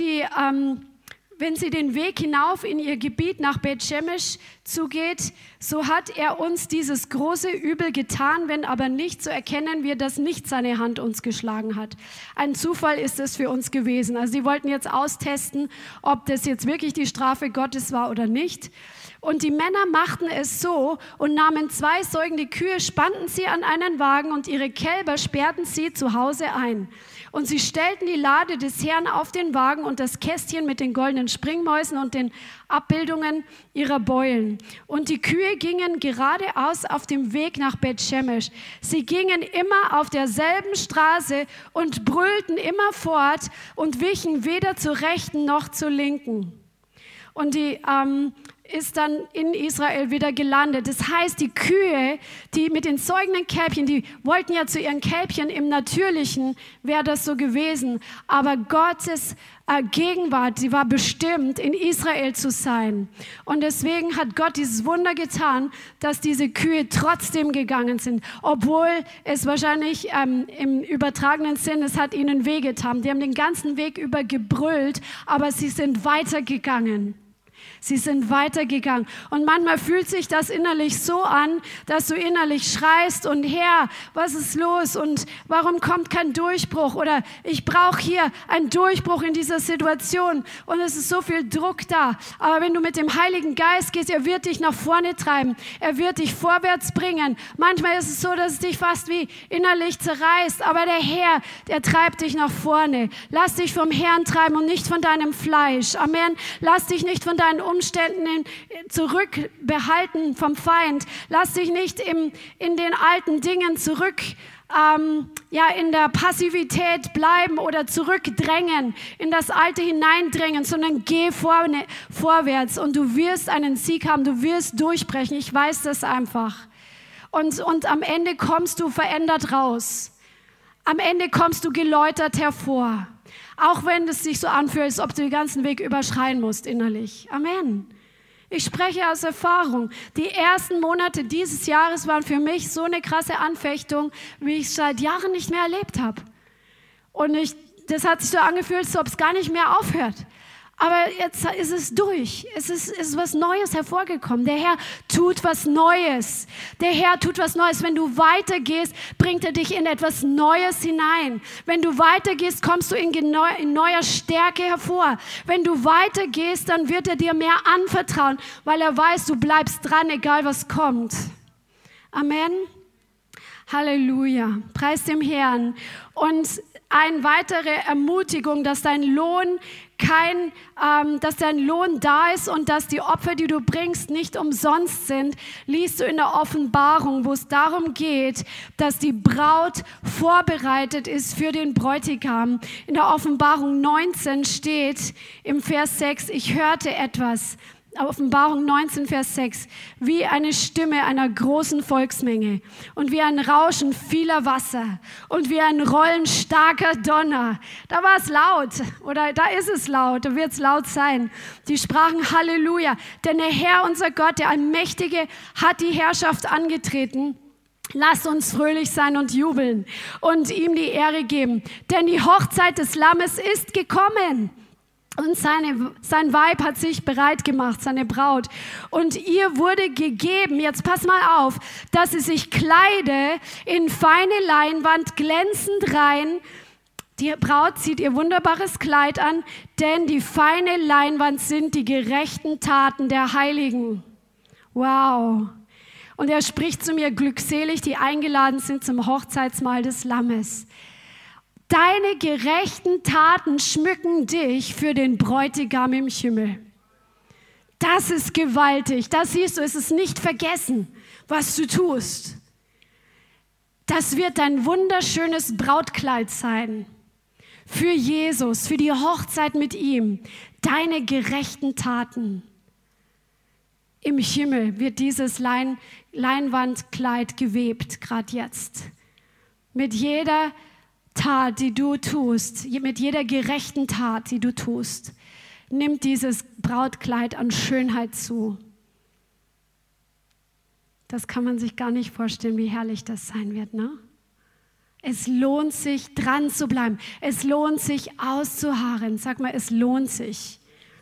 sie den Weg hinauf in ihr Gebiet nach Beth-Shemesh zugeht, so hat er uns dieses große Übel getan, wenn aber nicht, so erkennen wir, dass nicht seine Hand uns geschlagen hat. Ein Zufall ist es für uns gewesen. Also sie wollten jetzt austesten, ob das jetzt wirklich die Strafe Gottes war oder nicht. Und die Männer machten es so und nahmen 2 säugende Kühe, spannten sie an einen Wagen und ihre Kälber sperrten sie zu Hause ein. Und sie stellten die Lade des Herrn auf den Wagen und das Kästchen mit den goldenen Springmäusen und den Abbildungen ihrer Beulen. Und die Kühe gingen geradeaus auf dem Weg nach Beth-Shemesh. Sie gingen immer auf derselben Straße und brüllten immer fort und wichen weder zur rechten noch zur linken. Und die ist dann in Israel wieder gelandet. Das heißt, die Kühe, die mit den säugenden Kälbchen, die wollten ja zu ihren Kälbchen, im Natürlichen wäre das so gewesen. Aber Gottes Gegenwart, sie war bestimmt, in Israel zu sein. Und deswegen hat Gott dieses Wunder getan, dass diese Kühe trotzdem gegangen sind, obwohl es wahrscheinlich im übertragenen Sinn, es hat ihnen wehgetan. Die haben den ganzen Weg über gebrüllt, aber sie sind weitergegangen. Sie sind weitergegangen. Und manchmal fühlt sich das innerlich so an, dass du innerlich schreist und Herr, was ist los und warum kommt kein Durchbruch? Oder ich brauche hier einen Durchbruch in dieser Situation und es ist so viel Druck da. Aber wenn du mit dem Heiligen Geist gehst, er wird dich nach vorne treiben. Er wird dich vorwärts bringen. Manchmal ist es so, dass es dich fast wie innerlich zerreißt. Aber der Herr, der treibt dich nach vorne. Lass dich vom Herrn treiben und nicht von deinem Fleisch. Amen. Lass dich nicht von deinen Umständen zurückbehalten vom Feind. Lass dich nicht in den alten Dingen in der Passivität bleiben oder zurückdrängen, in das Alte hineindrängen, sondern geh vorwärts und du wirst einen Sieg haben, du wirst durchbrechen. Ich weiß das einfach. Und am Ende kommst du verändert raus. Am Ende kommst du geläutert hervor. Auch wenn es sich so anfühlt, als ob du den ganzen Weg überschreien musst innerlich. Amen. Ich spreche aus Erfahrung. Die ersten Monate dieses Jahres waren für mich so eine krasse Anfechtung, wie ich es seit Jahren nicht mehr erlebt habe. Und das hat sich so angefühlt, als ob es gar nicht mehr aufhört. Aber jetzt ist es durch. Es ist was Neues hervorgekommen. Der Herr tut was Neues. Der Herr tut was Neues. Wenn du weitergehst, bringt er dich in etwas Neues hinein. Wenn du weitergehst, kommst du in neuer Stärke hervor. Wenn du weitergehst, dann wird er dir mehr anvertrauen, weil er weiß, du bleibst dran, egal was kommt. Amen. Halleluja. Preis dem Herrn. Und eine weitere Ermutigung, dass dein Lohn da ist und dass die Opfer, die du bringst, nicht umsonst sind, liest du in der Offenbarung, wo es darum geht, dass die Braut vorbereitet ist für den Bräutigam. In der Offenbarung 19 steht im Vers 6, ich hörte etwas. Offenbarung 19, Vers 6, wie eine Stimme einer großen Volksmenge und wie ein Rauschen vieler Wasser und wie ein Rollen starker Donner. Da war es laut oder da ist es laut, da wird es laut sein. Die sprachen Halleluja, denn der Herr, unser Gott, der Allmächtige, hat die Herrschaft angetreten. Lasst uns fröhlich sein und jubeln und ihm die Ehre geben, denn die Hochzeit des Lammes ist gekommen. Und sein Weib hat sich bereit gemacht, seine Braut. Und ihr wurde gegeben, jetzt pass mal auf, dass sie sich kleide in feine Leinwand, glänzend rein. Die Braut zieht ihr wunderbares Kleid an, denn die feine Leinwand sind die gerechten Taten der Heiligen. Wow. Und er spricht zu mir, glückselig, die eingeladen sind zum Hochzeitsmahl des Lammes. Deine gerechten Taten schmücken dich für den Bräutigam im Himmel. Das ist gewaltig. Das siehst du, es ist nicht vergessen, was du tust. Das wird dein wunderschönes Brautkleid sein. Für Jesus, für die Hochzeit mit ihm. Deine gerechten Taten. Im Himmel wird dieses Leinwandkleid gewebt, gerade jetzt. Mit jeder Tat, die du tust, mit jeder gerechten Tat, die du tust, nimmt dieses Brautkleid an Schönheit zu. Das kann man sich gar nicht vorstellen, wie herrlich das sein wird, ne? Es lohnt sich, dran zu bleiben. Es lohnt sich, auszuharren. Sag mal, es lohnt sich.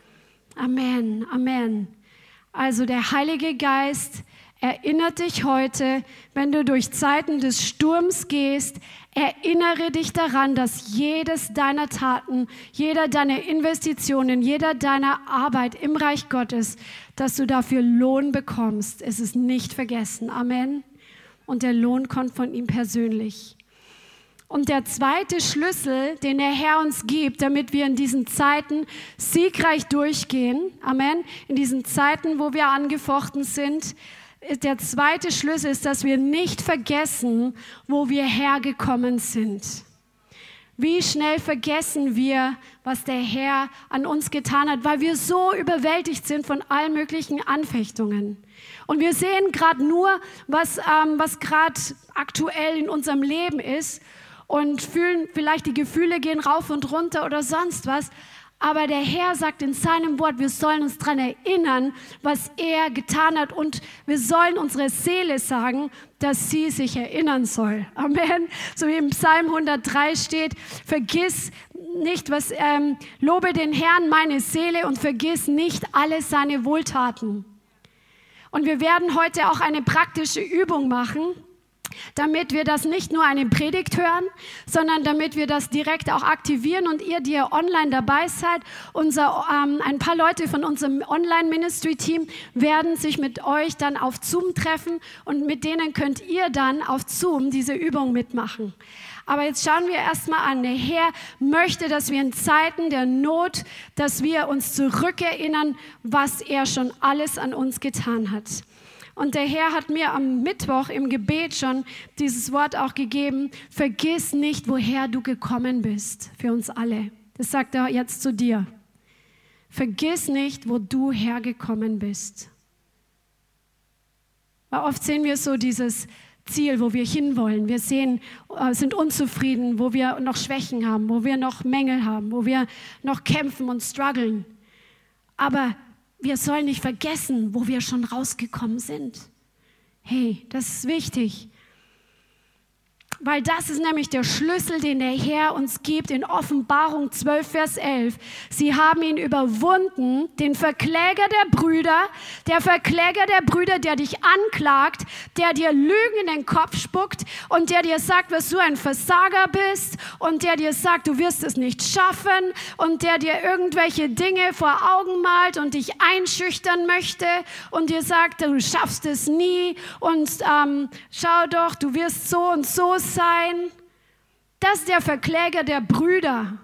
Amen, Amen. Also der Heilige Geist erinnert dich heute, wenn du durch Zeiten des Sturms gehst, erinnere dich daran, dass jedes deiner Taten, jeder deiner Investitionen, jeder deiner Arbeit im Reich Gottes, dass du dafür Lohn bekommst. Es ist nicht vergessen. Amen. Und der Lohn kommt von ihm persönlich. Und der zweite Schlüssel, den der Herr uns gibt, damit wir in diesen Zeiten siegreich durchgehen, Amen, in diesen Zeiten, wo wir angefochten sind, der zweite Schlüssel ist, dass wir nicht vergessen, wo wir hergekommen sind. Wie schnell vergessen wir, was der Herr an uns getan hat, weil wir so überwältigt sind von allen möglichen Anfechtungen. Und wir sehen gerade nur, was gerade aktuell in unserem Leben ist und fühlen vielleicht, die Gefühle gehen rauf und runter oder sonst was. Aber der Herr sagt in seinem Wort, wir sollen uns daran erinnern, was er getan hat. Und wir sollen unserer Seele sagen, dass sie sich erinnern soll. Amen. So wie im Psalm 103 steht, vergiss nicht, lobe den Herrn meine Seele und vergiss nicht alle seine Wohltaten. Und wir werden heute auch eine praktische Übung machen, damit wir das nicht nur eine Predigt hören, sondern damit wir das direkt auch aktivieren und ihr, die ihr online dabei seid, ein paar Leute von unserem Online-Ministry-Team werden sich mit euch dann auf Zoom treffen und mit denen könnt ihr dann auf Zoom diese Übung mitmachen. Aber jetzt schauen wir erstmal an. Der Herr möchte, dass wir in Zeiten der Not, dass wir uns zurückerinnern, was er schon alles an uns getan hat. Und der Herr hat mir am Mittwoch im Gebet schon dieses Wort auch gegeben, vergiss nicht, woher du gekommen bist, für uns alle. Das sagt er jetzt zu dir. Vergiss nicht, wo du hergekommen bist. Weil oft sehen wir so dieses Ziel, wo wir hinwollen. Wir sind unzufrieden, wo wir noch Schwächen haben, wo wir noch Mängel haben, wo wir noch kämpfen und strugglen. Aber wir sollen nicht vergessen, wo wir schon rausgekommen sind. Hey, das ist wichtig. Weil das ist nämlich der Schlüssel, den der Herr uns gibt in Offenbarung 12, Vers 11. Sie haben ihn überwunden, den Verkläger der Brüder, der dich anklagt, der dir Lügen in den Kopf spuckt und der dir sagt, dass du ein Versager bist und der dir sagt, du wirst es nicht schaffen und der dir irgendwelche Dinge vor Augen malt und dich einschüchtern möchte und dir sagt, du schaffst es nie und schau doch, du wirst so und so sein. Das ist der Verkläger der Brüder.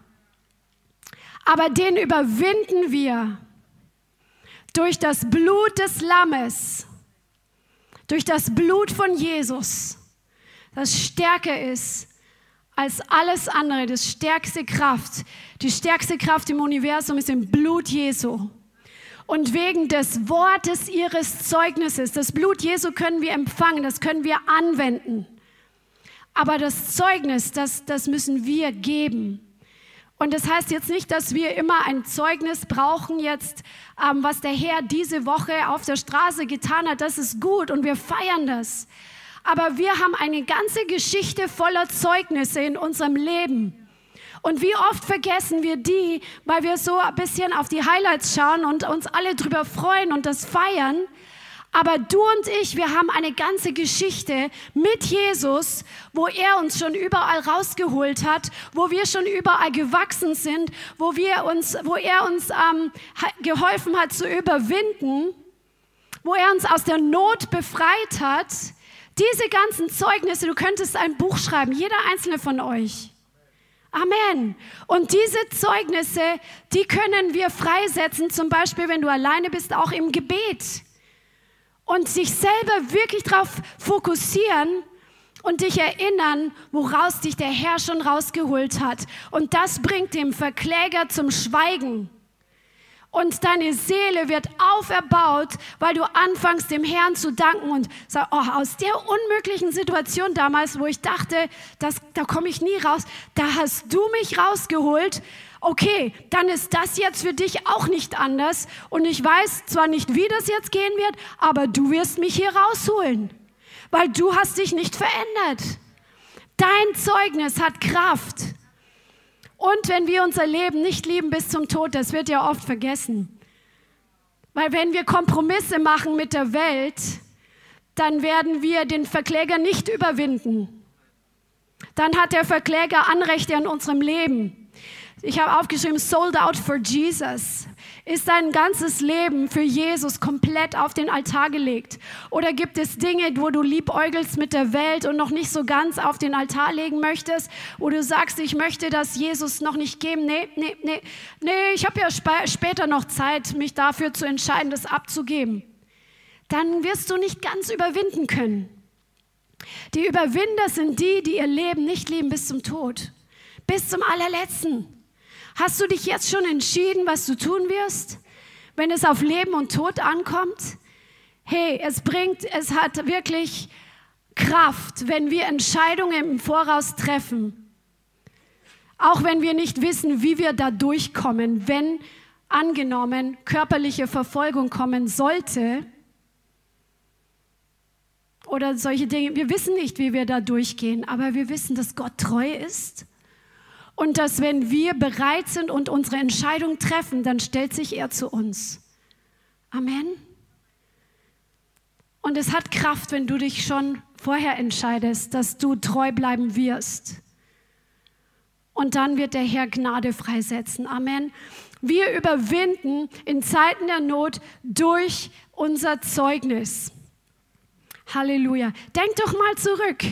Aber den überwinden wir durch das Blut des Lammes, durch das Blut von Jesus, das stärker ist als alles andere, die stärkste Kraft im Universum ist im Blut Jesu. Und wegen des Wortes ihres Zeugnisses, das Blut Jesu können wir empfangen, das können wir anwenden. Aber das Zeugnis, das müssen wir geben. Und das heißt jetzt nicht, dass wir immer ein Zeugnis brauchen jetzt, was der Herr diese Woche auf der Straße getan hat. Das ist gut und wir feiern das. Aber wir haben eine ganze Geschichte voller Zeugnisse in unserem Leben. Und wie oft vergessen wir die, weil wir so ein bisschen auf die Highlights schauen und uns alle drüber freuen und das feiern. Aber du und ich, wir haben eine ganze Geschichte mit Jesus, wo er uns schon überall rausgeholt hat, wo wir schon überall gewachsen sind, wo er uns geholfen hat zu überwinden, wo er uns aus der Not befreit hat. Diese ganzen Zeugnisse, du könntest ein Buch schreiben, jeder einzelne von euch. Amen. Und diese Zeugnisse, die können wir freisetzen, zum Beispiel, wenn du alleine bist, auch im Gebet. Und sich selber wirklich darauf fokussieren und dich erinnern, woraus dich der Herr schon rausgeholt hat. Und das bringt den Verkläger zum Schweigen. Und deine Seele wird auferbaut, weil du anfängst, dem Herrn zu danken und sagst, oh, aus der unmöglichen Situation damals, wo ich dachte, da komme ich nie raus, da hast du mich rausgeholt. Okay, dann ist das jetzt für dich auch nicht anders. Und ich weiß zwar nicht, wie das jetzt gehen wird, aber du wirst mich hier rausholen, weil du hast dich nicht verändert. Dein Zeugnis hat Kraft. Und wenn wir unser Leben nicht lieben bis zum Tod, das wird ja oft vergessen. Weil wenn wir Kompromisse machen mit der Welt, dann werden wir den Verkläger nicht überwinden. Dann hat der Verkläger Anrechte an unserem Leben. Ich habe aufgeschrieben, sold out for Jesus. Ist dein ganzes Leben für Jesus komplett auf den Altar gelegt? Oder gibt es Dinge, wo du liebäugelst mit der Welt und noch nicht so ganz auf den Altar legen möchtest, wo du sagst, ich möchte das Jesus noch nicht geben? Nee, ich habe ja später noch Zeit, mich dafür zu entscheiden, das abzugeben. Dann wirst du nicht ganz überwinden können. Die Überwinder sind die, die ihr Leben nicht lieben bis zum Tod, bis zum allerletzten. Hast du dich jetzt schon entschieden, was du tun wirst, wenn es auf Leben und Tod ankommt? Hey, es hat wirklich Kraft, wenn wir Entscheidungen im Voraus treffen. Auch wenn wir nicht wissen, wie wir da durchkommen, wenn angenommen körperliche Verfolgung kommen sollte oder solche Dinge. Wir wissen nicht, wie wir da durchgehen, aber wir wissen, dass Gott treu ist. Und dass wenn wir bereit sind und unsere Entscheidung treffen, dann stellt sich er zu uns. Amen. Und es hat Kraft, wenn du dich schon vorher entscheidest, dass du treu bleiben wirst. Und dann wird der Herr Gnade freisetzen. Amen. Wir überwinden in Zeiten der Not durch unser Zeugnis. Halleluja. Denk doch mal zurück.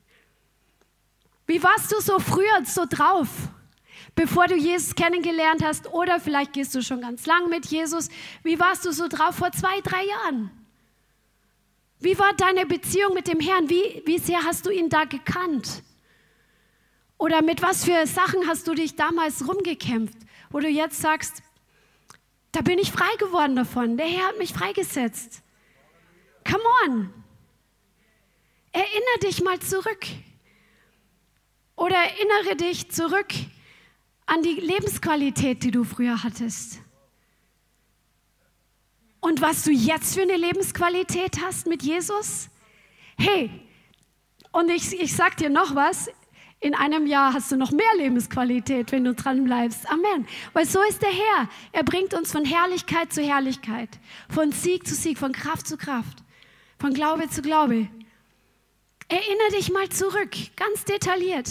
Wie warst du so früher so drauf, bevor du Jesus kennengelernt hast? Oder vielleicht gehst du schon ganz lang mit Jesus. Wie warst du so drauf vor 2-3 Jahren? Wie war deine Beziehung mit dem Herrn? Wie sehr hast du ihn da gekannt? Oder mit was für Sachen hast du dich damals rumgekämpft, wo du jetzt sagst, da bin ich frei geworden davon. Der Herr hat mich freigesetzt. Come on. Erinnere dich mal zurück. Oder erinnere dich zurück an die Lebensqualität, die du früher hattest. Und was du jetzt für eine Lebensqualität hast mit Jesus? Hey, und ich sag dir noch was, in einem Jahr hast du noch mehr Lebensqualität, wenn du dran bleibst. Amen. Weil so ist der Herr. Er bringt uns von Herrlichkeit zu Herrlichkeit, von Sieg zu Sieg, von Kraft zu Kraft, von Glaube zu Glaube. Erinnere dich mal zurück, ganz detailliert.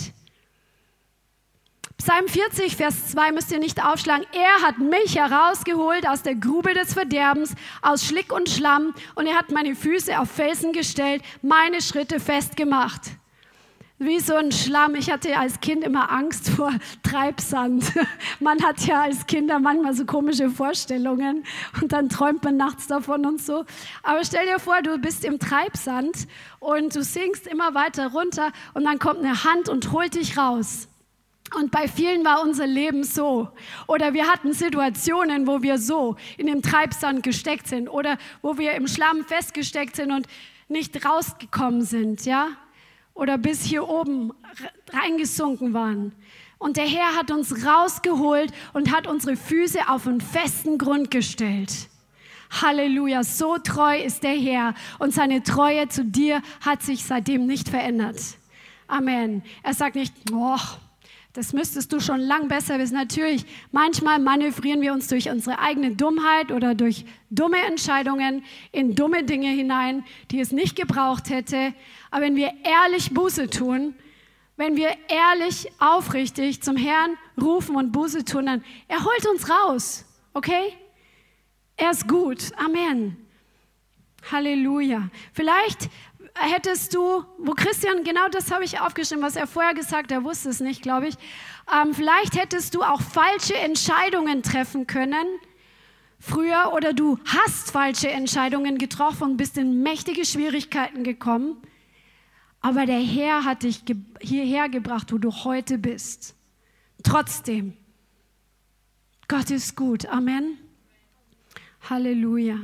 Psalm 40, Vers 2 müsst ihr nicht aufschlagen. Er hat mich herausgeholt aus der Grube des Verderbens, aus Schlick und Schlamm, und er hat meine Füße auf Felsen gestellt, meine Schritte festgemacht. Wie so ein Schlamm. Ich hatte als Kind immer Angst vor Treibsand. Man hat ja als Kinder manchmal so komische Vorstellungen und dann träumt man nachts davon und so. Aber stell dir vor, du bist im Treibsand und du sinkst immer weiter runter und dann kommt eine Hand und holt dich raus. Und bei vielen war unser Leben so. Oder wir hatten Situationen, wo wir so in dem Treibsand gesteckt sind oder wo wir im Schlamm festgesteckt sind und nicht rausgekommen sind, ja? Oder bis hier oben reingesunken waren. Und der Herr hat uns rausgeholt und hat unsere Füße auf einen festen Grund gestellt. Halleluja, so treu ist der Herr und seine Treue zu dir hat sich seitdem nicht verändert. Amen. Er sagt nicht, das müsstest du schon lang besser wissen. Natürlich, manchmal manövrieren wir uns durch unsere eigene Dummheit oder durch dumme Entscheidungen in dumme Dinge hinein, die es nicht gebraucht hätte. Aber wenn wir ehrlich Buße tun, wenn wir ehrlich, aufrichtig zum Herrn rufen und Buße tun, dann er holt uns raus, okay? Er ist gut. Amen. Halleluja. Vielleicht hättest du, wo Christian, genau das habe ich aufgeschrieben, was er vorher gesagt hat, er wusste es nicht, glaube ich. Vielleicht hättest du auch falsche Entscheidungen treffen können früher oder du hast falsche Entscheidungen getroffen und bist in mächtige Schwierigkeiten gekommen. Aber der Herr hat dich hierher gebracht, wo du heute bist. Trotzdem. Gott ist gut. Amen. Halleluja.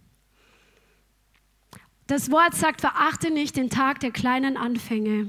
Das Wort sagt, verachte nicht den Tag der kleinen Anfänge.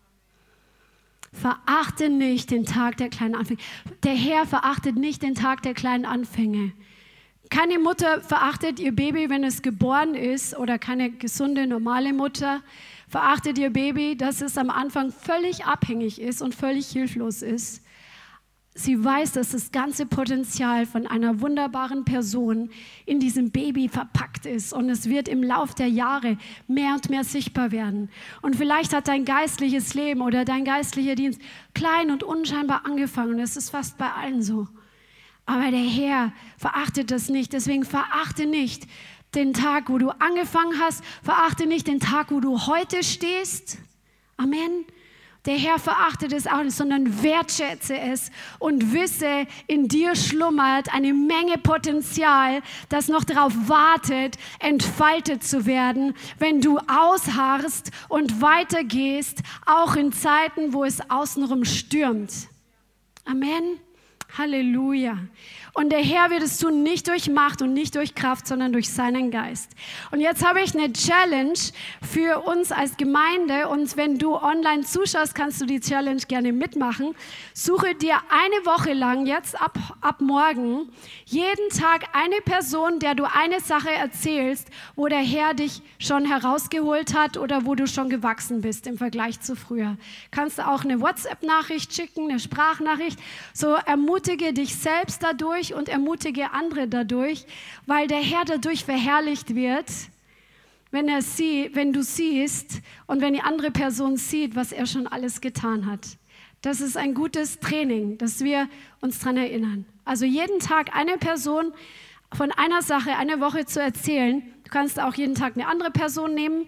Verachte nicht den Tag der kleinen Anfänge. Der Herr verachtet nicht den Tag der kleinen Anfänge. Keine Mutter verachtet ihr Baby, wenn es geboren ist, oder keine gesunde, normale Mutter verachtet ihr Baby, dass es am Anfang völlig abhängig ist und völlig hilflos ist. Sie weiß, dass das ganze Potenzial von einer wunderbaren Person in diesem Baby verpackt ist und es wird im Lauf der Jahre mehr und mehr sichtbar werden. Und vielleicht hat dein geistliches Leben oder dein geistlicher Dienst klein und unscheinbar angefangen. Das ist fast bei allen so. Aber der Herr verachtet das nicht. Deswegen verachte nicht den Tag, wo du angefangen hast. Verachte nicht den Tag, wo du heute stehst. Amen. Der Herr verachtet es auch nicht, sondern wertschätze es und wisse, in dir schlummert eine Menge Potenzial, das noch darauf wartet, entfaltet zu werden, wenn du ausharrst und weitergehst, auch in Zeiten, wo es außenrum stürmt. Amen. Halleluja. Und der Herr wird es tun, nicht durch Macht und nicht durch Kraft, sondern durch seinen Geist. Und jetzt habe ich eine Challenge für uns als Gemeinde. Und wenn du online zuschaust, kannst du die Challenge gerne mitmachen. Suche dir eine Woche lang, jetzt ab morgen, jeden Tag eine Person, der du eine Sache erzählst, wo der Herr dich schon herausgeholt hat oder wo du schon gewachsen bist im Vergleich zu früher. Kannst du auch eine WhatsApp-Nachricht schicken, eine Sprachnachricht. So ermutige dich selbst dadurch und ermutige andere dadurch, weil der Herr dadurch verherrlicht wird, wenn du siehst und wenn die andere Person sieht, was er schon alles getan hat. Das ist ein gutes Training, dass wir uns daran erinnern. Also jeden Tag eine Person von einer Sache eine Woche zu erzählen. Du kannst auch jeden Tag eine andere Person nehmen,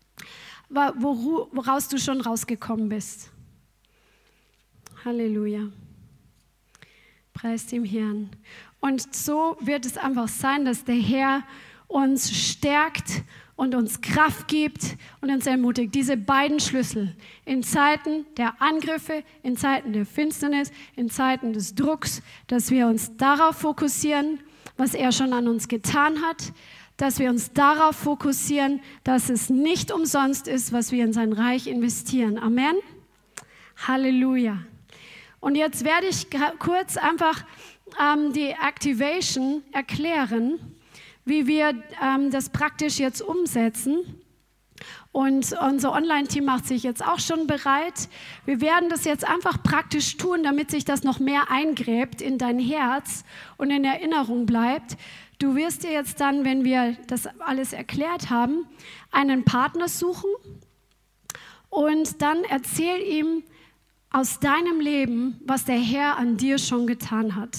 woraus du schon rausgekommen bist. Halleluja. Preis dem Herrn. Und so wird es einfach sein, dass der Herr uns stärkt und uns Kraft gibt und uns ermutigt. Diese beiden Schlüssel in Zeiten der Angriffe, in Zeiten der Finsternis, in Zeiten des Drucks, dass wir uns darauf fokussieren, was er schon an uns getan hat, dass wir uns darauf fokussieren, dass es nicht umsonst ist, was wir in sein Reich investieren. Amen. Halleluja. Und jetzt werde ich kurz einfach die Activation erklären, wie wir das praktisch jetzt umsetzen. Und unser Online-Team macht sich jetzt auch schon bereit. Wir werden das jetzt einfach praktisch tun, damit sich das noch mehr eingräbt in dein Herz und in Erinnerung bleibt. Du wirst dir jetzt dann, wenn wir das alles erklärt haben, einen Partner suchen und dann erzähl ihm aus deinem Leben, was der Herr an dir schon getan hat.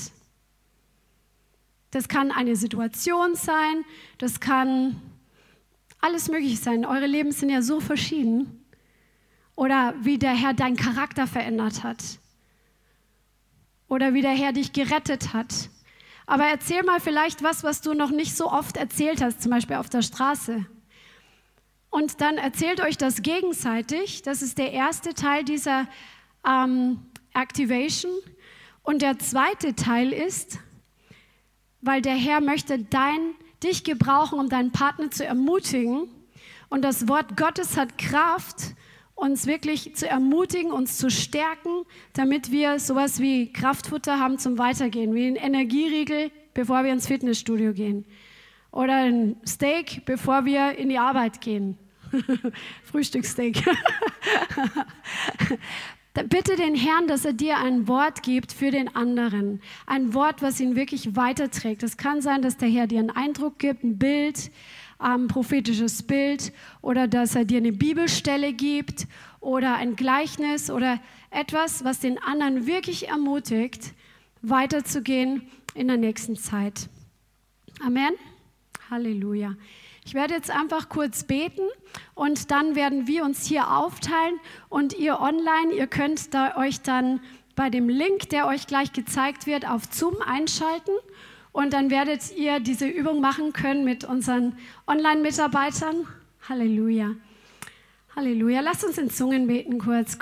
Das kann eine Situation sein, das kann alles Mögliche sein. Eure Leben sind ja so verschieden. Oder wie der Herr deinen Charakter verändert hat. Oder wie der Herr dich gerettet hat. Aber erzähl mal vielleicht was du noch nicht so oft erzählt hast, zum Beispiel auf der Straße. Und dann erzählt euch das gegenseitig. Das ist der erste Teil dieser Activation. Und der zweite Teil ist, weil der Herr möchte dich gebrauchen, um deinen Partner zu ermutigen. Und das Wort Gottes hat Kraft, uns wirklich zu ermutigen, uns zu stärken, damit wir sowas wie Kraftfutter haben zum Weitergehen, wie ein Energieriegel, bevor wir ins Fitnessstudio gehen. Oder ein Steak, bevor wir in die Arbeit gehen. Frühstückssteak. Bitte den Herrn, dass er dir ein Wort gibt für den anderen. Ein Wort, was ihn wirklich weiterträgt. Es kann sein, dass der Herr dir einen Eindruck gibt, ein Bild, ein prophetisches Bild, oder dass er dir eine Bibelstelle gibt oder ein Gleichnis oder etwas, was den anderen wirklich ermutigt, weiterzugehen in der nächsten Zeit. Amen. Halleluja. Ich werde jetzt einfach kurz beten und dann werden wir uns hier aufteilen und ihr online, ihr könnt euch dann bei dem Link, der euch gleich gezeigt wird, auf Zoom einschalten und dann werdet ihr diese Übung machen können mit unseren Online-Mitarbeitern. Halleluja. Halleluja. Lasst uns in Zungen beten kurz.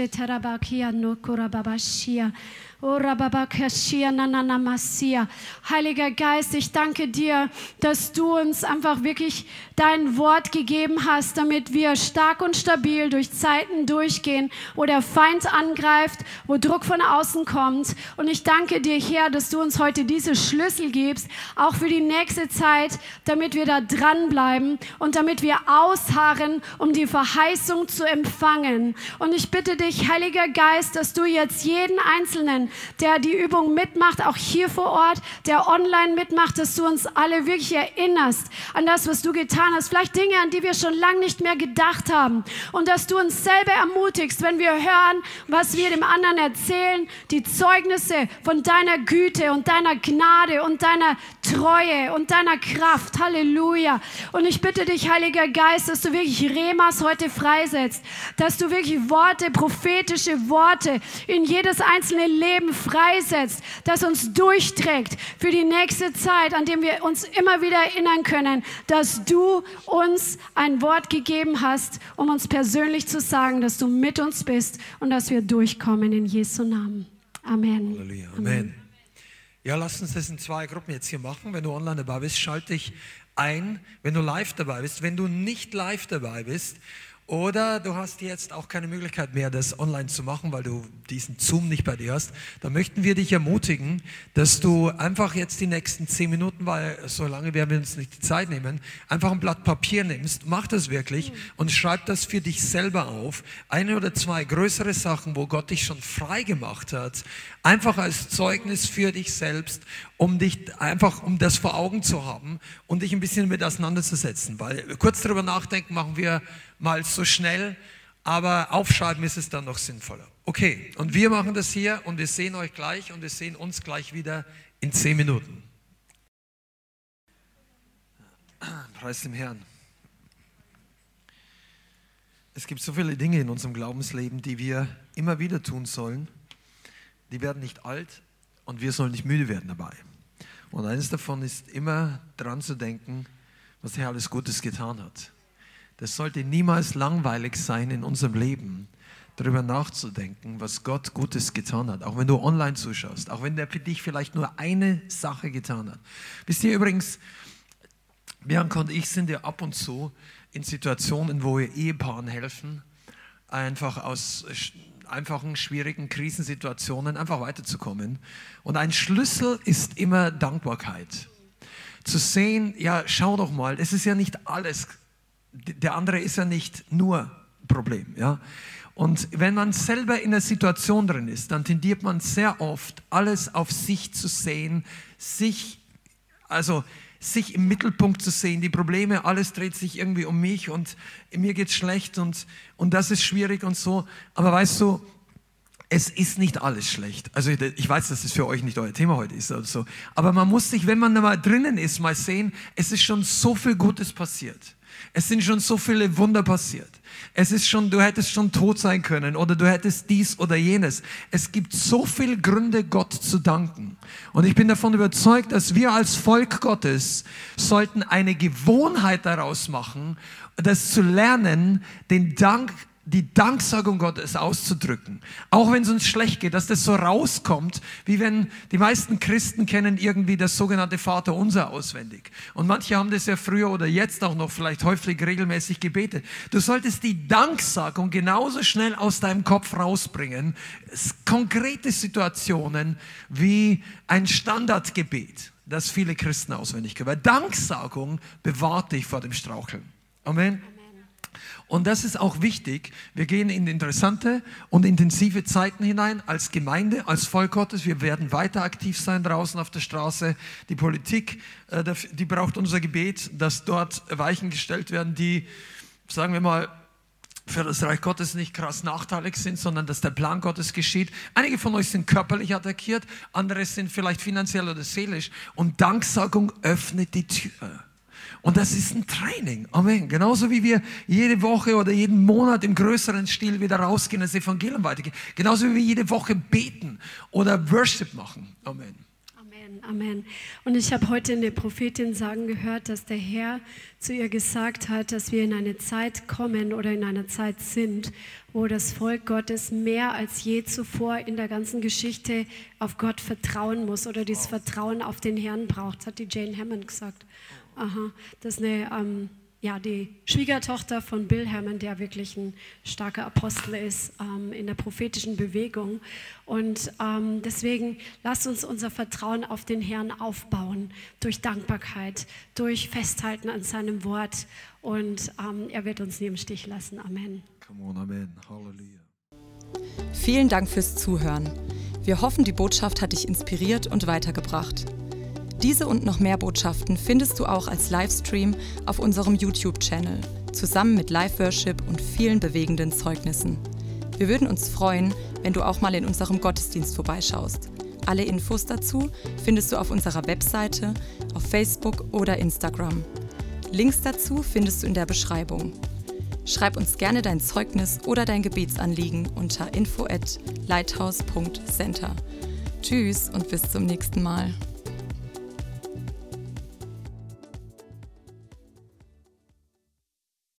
Heiliger Geist, ich danke dir, dass du uns einfach wirklich dein Wort gegeben hast, damit wir stark und stabil durch Zeiten durchgehen, wo der Feind angreift, wo Druck von außen kommt. Und ich danke dir, Herr, dass du uns heute diese Schlüssel gibst, auch für die nächste Zeit, damit wir da dranbleiben und damit wir ausharren, um die Verheißung zu empfangen. Und ich bitte dich, Heiliger Geist, dass du jetzt jeden Einzelnen, der die Übung mitmacht, auch hier vor Ort, der online mitmacht, dass du uns alle wirklich erinnerst an das, was du getan hast. Vielleicht Dinge, an die wir schon lange nicht mehr gedacht haben. Und dass du uns selber ermutigst, wenn wir hören, was wir dem anderen erzählen, die Zeugnisse von deiner Güte und deiner Gnade und deiner Treue und deiner Kraft. Halleluja. Und ich bitte dich, Heiliger Geist, dass du wirklich Remas heute freisetzt, dass du wirklich Worte, prophetische Worte in jedes einzelne Leben freisetzt, das uns durchträgt für die nächste Zeit, an dem wir uns immer wieder erinnern können, dass du uns ein Wort gegeben hast, um uns persönlich zu sagen, dass du mit uns bist und dass wir durchkommen in Jesu Namen. Amen. Halleluja. Amen. Ja, lass uns das in 2 Gruppen jetzt hier machen. Wenn du online dabei bist, schalte dich ein. Wenn du live dabei bist, wenn du nicht live dabei bist, oder du hast jetzt auch keine Möglichkeit mehr, das online zu machen, weil du diesen Zoom nicht bei dir hast, dann möchten wir dich ermutigen, dass du einfach jetzt die nächsten 10 Minuten, weil so lange werden wir uns nicht die Zeit nehmen, einfach ein Blatt Papier nimmst, mach das wirklich und schreib das für dich selber auf. 1 oder 2 größere Sachen, wo Gott dich schon frei gemacht hat, einfach als Zeugnis für dich selbst, um das vor Augen zu haben und dich ein bisschen mit auseinanderzusetzen. Weil kurz darüber nachdenken machen wir mal so schnell, aber aufschreiben ist es dann noch sinnvoller. Okay, und wir machen das hier und wir sehen euch gleich und wir sehen uns gleich wieder in 10 Minuten. Preis dem Herrn. Es gibt so viele Dinge in unserem Glaubensleben, die wir immer wieder tun sollen. Die werden nicht alt und wir sollen nicht müde werden dabei. Und eines davon ist immer dran zu denken, was der Herr alles Gutes getan hat. Das sollte niemals langweilig sein in unserem Leben, darüber nachzudenken, was Gott Gutes getan hat. Auch wenn du online zuschaust, auch wenn der für dich vielleicht nur eine Sache getan hat. Wisst ihr übrigens, Bianca und ich sind ja ab und zu in Situationen, wo wir Ehepaaren helfen, einfach aus einfachen, schwierigen Krisensituationen einfach weiterzukommen. Und ein Schlüssel ist immer Dankbarkeit. Zu sehen, ja, schau doch mal, es ist ja nicht alles, der andere ist ja nicht nur Problem, ja. Und wenn man selber in einer Situation drin ist, dann tendiert man sehr oft, alles auf sich zu sehen, sich im Mittelpunkt zu sehen, die Probleme, alles dreht sich irgendwie um mich und mir geht's schlecht und das ist schwierig und so. Aber weißt du, es ist nicht alles schlecht. Also ich weiß, dass das für euch nicht euer Thema heute ist oder so. Aber man muss sich, wenn man da mal drinnen ist, mal sehen, es ist schon so viel Gutes passiert. Es sind schon so viele Wunder passiert. Du hättest schon tot sein können oder du hättest dies oder jenes. Es gibt so viele Gründe, Gott zu danken. Und ich bin davon überzeugt, dass wir als Volk Gottes sollten eine Gewohnheit daraus machen, das zu lernen, die Danksagung Gottes auszudrücken. Auch wenn es uns schlecht geht, dass das so rauskommt, wie wenn die meisten Christen kennen irgendwie das sogenannte Vaterunser auswendig. Und manche haben das ja früher oder jetzt auch noch vielleicht häufig regelmäßig gebetet. Du solltest die Danksagung genauso schnell aus deinem Kopf rausbringen. Konkrete Situationen wie ein Standardgebet, das viele Christen auswendig können. Weil Danksagung bewahrt dich vor dem Straucheln. Amen. Und das ist auch wichtig. Wir gehen in interessante und intensive Zeiten hinein als Gemeinde, als Volk Gottes. Wir werden weiter aktiv sein draußen auf der Straße. Die Politik, die braucht unser Gebet, dass dort Weichen gestellt werden, die, sagen wir mal, für das Reich Gottes nicht krass nachteilig sind, sondern dass der Plan Gottes geschieht. Einige von euch sind körperlich attackiert, andere sind vielleicht finanziell oder seelisch. Und Danksagung öffnet die Tür. Und das ist ein Training. Amen. Genauso wie wir jede Woche oder jeden Monat im größeren Stil wieder rausgehen, das Evangelium weitergehen. Genauso wie wir jede Woche beten oder Worship machen. Amen. Amen, Amen. Und ich habe heute eine Prophetin sagen gehört, dass der Herr zu ihr gesagt hat, dass wir in eine Zeit kommen oder in einer Zeit sind, wo das Volk Gottes mehr als je zuvor in der ganzen Geschichte auf Gott vertrauen muss oder dieses Vertrauen auf den Herrn braucht. Das hat die Jane Hammond gesagt. Aha, das ist die Schwiegertochter von Bill Hammond, der wirklich ein starker Apostel ist in der prophetischen Bewegung. Und deswegen lasst uns unser Vertrauen auf den Herrn aufbauen, durch Dankbarkeit, durch Festhalten an seinem Wort. Und er wird uns nie im Stich lassen. Amen. Come on, Amen. Halleluja. Vielen Dank fürs Zuhören. Wir hoffen, die Botschaft hat dich inspiriert und weitergebracht. Diese und noch mehr Botschaften findest du auch als Livestream auf unserem YouTube-Channel, zusammen mit Live-Worship und vielen bewegenden Zeugnissen. Wir würden uns freuen, wenn du auch mal in unserem Gottesdienst vorbeischaust. Alle Infos dazu findest du auf unserer Webseite, auf Facebook oder Instagram. Links dazu findest du in der Beschreibung. Schreib uns gerne dein Zeugnis oder dein Gebetsanliegen unter info@lighthouse.center. Tschüss und bis zum nächsten Mal.